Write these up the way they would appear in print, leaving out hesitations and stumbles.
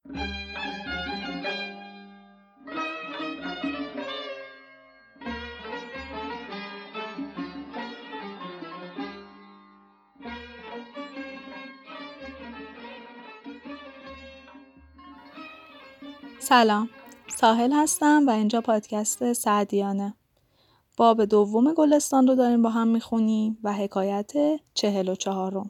سلام، ساحل هستم و اینجا پادکست سعدیانه. باب دوم گلستان رو داریم با هم میخونیم و حکایت 44.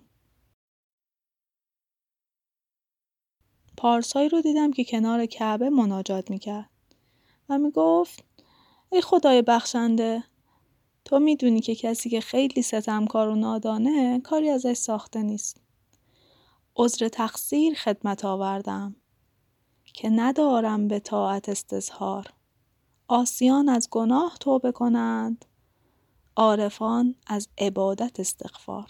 پارسایی رو دیدم که کنار کعبه مناجات میکرد و میگفت ای خدای بخشنده، تو میدونی که کسی که خیلی ستمکار و نادانه کاری ازش ساخته نیست. عذر تقصیر خدمت آوردم که ندارم به طاعت استظهار. عاصیان از گناه توبه کنند، عارفان از عبادت استغفار.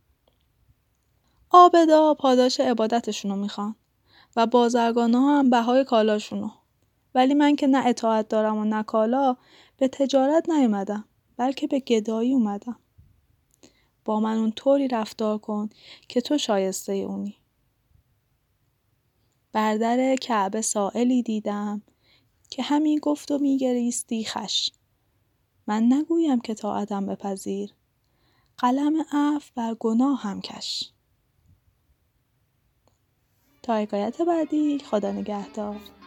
عابدا پاداش عبادتشونو میخوان و بازرگانا هم بهای کالاشونو. ولی من که نه اطاعت دارم و نه کالا، به تجارت نیومدم بلکه به گدایی اومدم. با من اون طوری رفتار کن که تو شایسته اونی. بر در کعبه سائلی دیدم که همین گفت و میگریستی خش. من نگویم که طاعتم بپذیر، قلم عفو بر گناه هم کش. تا حکایت بعدی، خدا نگهدار.